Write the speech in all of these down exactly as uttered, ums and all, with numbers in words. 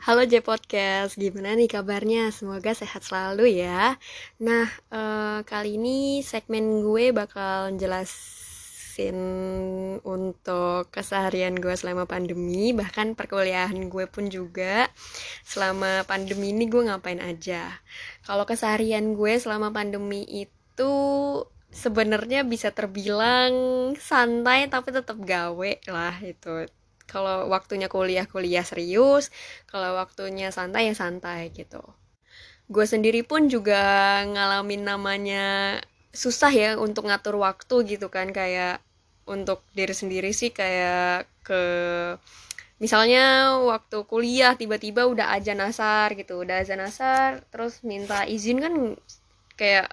Halo J Podcast, gimana nih kabarnya? Semoga sehat selalu ya. Nah, eh, kali ini segmen gue bakal jelasin untuk keseharian gue selama pandemi, bahkan perkuliahan gue pun juga selama pandemi ini gue ngapain aja. Kalau keseharian gue selama pandemi itu sebenarnya bisa terbilang santai tapi tetap gawe lah itu. Kalau waktunya kuliah kuliah serius, kalau waktunya santai ya santai gitu. Gue sendiri pun juga ngalamin namanya susah ya untuk ngatur waktu gitu kan, kayak untuk diri sendiri sih kayak ke misalnya waktu kuliah tiba-tiba udah azan asar gitu, udah azan asar terus minta izin kan kayak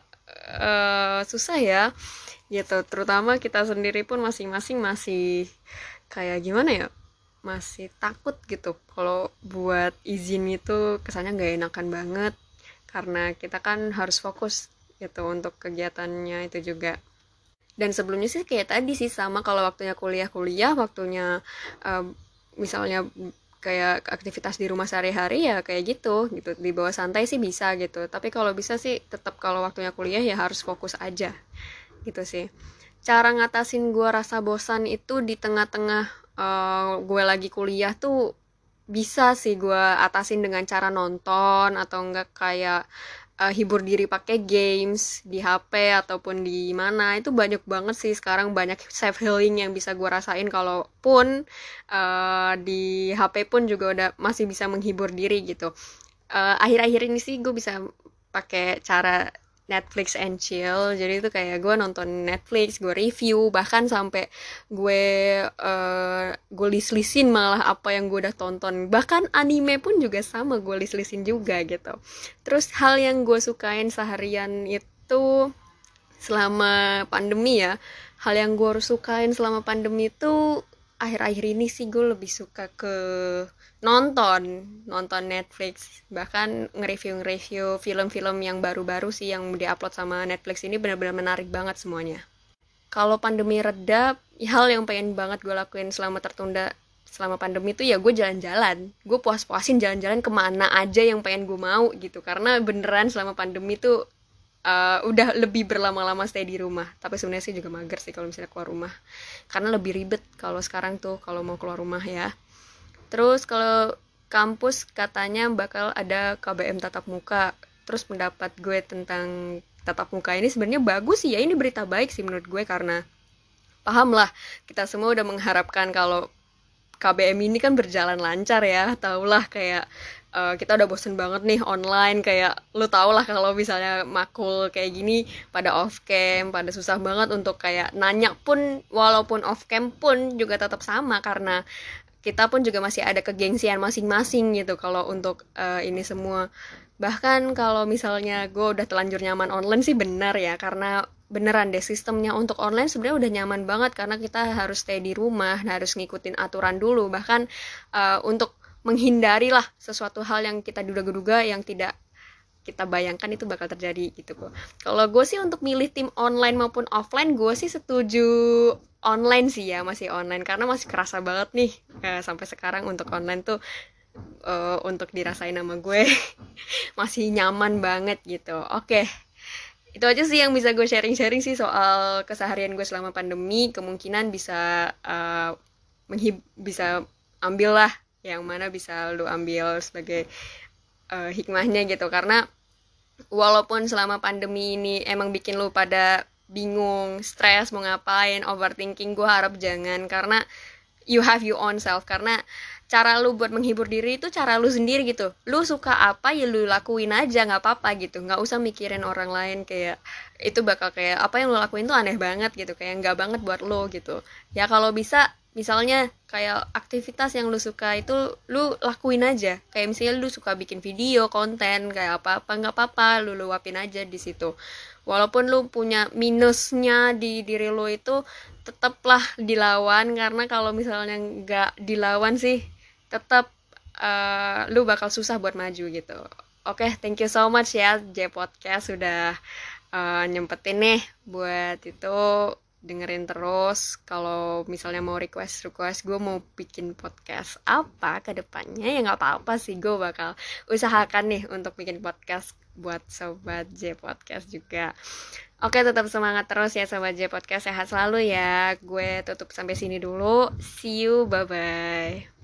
eh, susah ya gitu, terutama kita sendiri pun masing-masing masih kayak gimana ya, masih takut gitu kalau buat izin itu kesannya nggak enakan banget karena kita kan harus fokus gitu untuk kegiatannya itu juga. Dan sebelumnya sih kayak tadi sih sama, kalau waktunya kuliah-kuliah, waktunya um, misalnya kayak aktivitas di rumah sehari-hari ya kayak gitu gitu, di bawah santai sih bisa gitu, tapi kalau bisa sih tetap kalau waktunya kuliah ya harus fokus aja gitu sih. Cara ngatasin gue rasa bosan itu di tengah-tengah uh, gue lagi kuliah tuh bisa sih gue atasin dengan cara nonton atau enggak kayak uh, hibur diri pakai games di H P ataupun di mana. Itu banyak banget sih sekarang, banyak self healing yang bisa gue rasain, kalaupun uh, di H P pun juga udah masih bisa menghibur diri gitu. Uh, akhir-akhir ini sih gue bisa pakai cara Netflix and chill. Jadi itu kayak gue nonton Netflix, gue review, bahkan sampai gue uh, gue list-listin malah apa yang gue udah tonton. Bahkan anime pun juga sama, gue list-listin juga gitu. Terus hal yang gue sukain seharian itu selama pandemi ya, hal yang gue sukain selama pandemi itu akhir-akhir ini sih gue lebih suka ke nonton nonton Netflix, bahkan nge-review-nge-review film-film yang baru-baru sih yang diupload sama Netflix ini, benar-benar menarik banget semuanya. Kalau pandemi reda, hal yang pengen banget gue lakuin selama tertunda selama pandemi itu ya gue jalan-jalan, gue puas-puasin jalan-jalan kemana aja yang pengen gue mau gitu, karena beneran selama pandemi tuh uh, udah lebih berlama-lama stay di rumah. Tapi sebenarnya sih juga mager sih kalau misalnya keluar rumah, karena lebih ribet kalau sekarang tuh kalau mau keluar rumah ya. Terus kalau kampus katanya bakal ada K B M tatap muka. Terus pendapat gue tentang tatap muka ini sebenarnya bagus sih ya, ini berita baik sih menurut gue, karena paham lah kita semua udah mengharapkan kalau K B M ini kan berjalan lancar ya, tau lah kayak uh, kita udah bosen banget nih online, kayak lu tau lah kalau misalnya makul kayak gini pada off cam, pada susah banget untuk kayak nanya pun, walaupun off cam pun juga tetap sama karena kita pun juga masih ada kegengsian masing-masing gitu kalau untuk uh, ini semua. Bahkan kalau misalnya gue udah telanjur nyaman online sih benar ya, karena beneran deh sistemnya untuk online sebenarnya udah nyaman banget karena kita harus stay di rumah, harus ngikutin aturan dulu, bahkan uh, untuk menghindari lah sesuatu hal yang kita duga-duga yang tidak kita bayangkan itu bakal terjadi gitu kok. Kalau gue sih untuk milih tim online maupun offline, gue sih setuju online sih ya, masih online karena masih kerasa banget nih eh, sampai sekarang untuk online tuh eh, untuk dirasain sama gue masih nyaman banget gitu. Oke, itu aja sih yang bisa gue sharing-sharing sih soal keseharian gue selama pandemi. Kemungkinan bisa eh, menghib bisa ambil lah yang mana bisa lu ambil sebagai eh, hikmahnya gitu, karena walaupun selama pandemi ini emang bikin lu pada bingung, stres, mau ngapain, overthinking, gue harap jangan, karena you have your own self, karena cara lu buat menghibur diri itu cara lu sendiri gitu. Lu suka apa ya lu lakuin aja, nggak apa-apa gitu, nggak usah mikirin orang lain kayak itu bakal kayak apa yang lu lakuin tuh aneh banget gitu, kayak nggak banget buat lu gitu. Ya kalau bisa misalnya kayak aktivitas yang lu suka itu lu lakuin aja, kayak misalnya lu suka bikin video konten kayak apa apa nggak apa-apa, lu luapin aja di situ. Walaupun lu punya minusnya di diri lu itu, tetaplah dilawan, karena kalau misalnya nggak dilawan sih tetap uh, lu bakal susah buat maju gitu. Oke, okay, thank you so much ya J Podcast sudah uh, nyempetin nih buat itu dengerin terus. Kalau misalnya mau request request gue mau bikin podcast apa ke depannya, ya nggak apa-apa sih, gue bakal usahakan nih untuk bikin podcast buat Sobat J Podcast juga. Oke, tetap semangat terus ya Sobat J Podcast, sehat selalu ya. Gue tutup sampai sini dulu. See you, bye bye.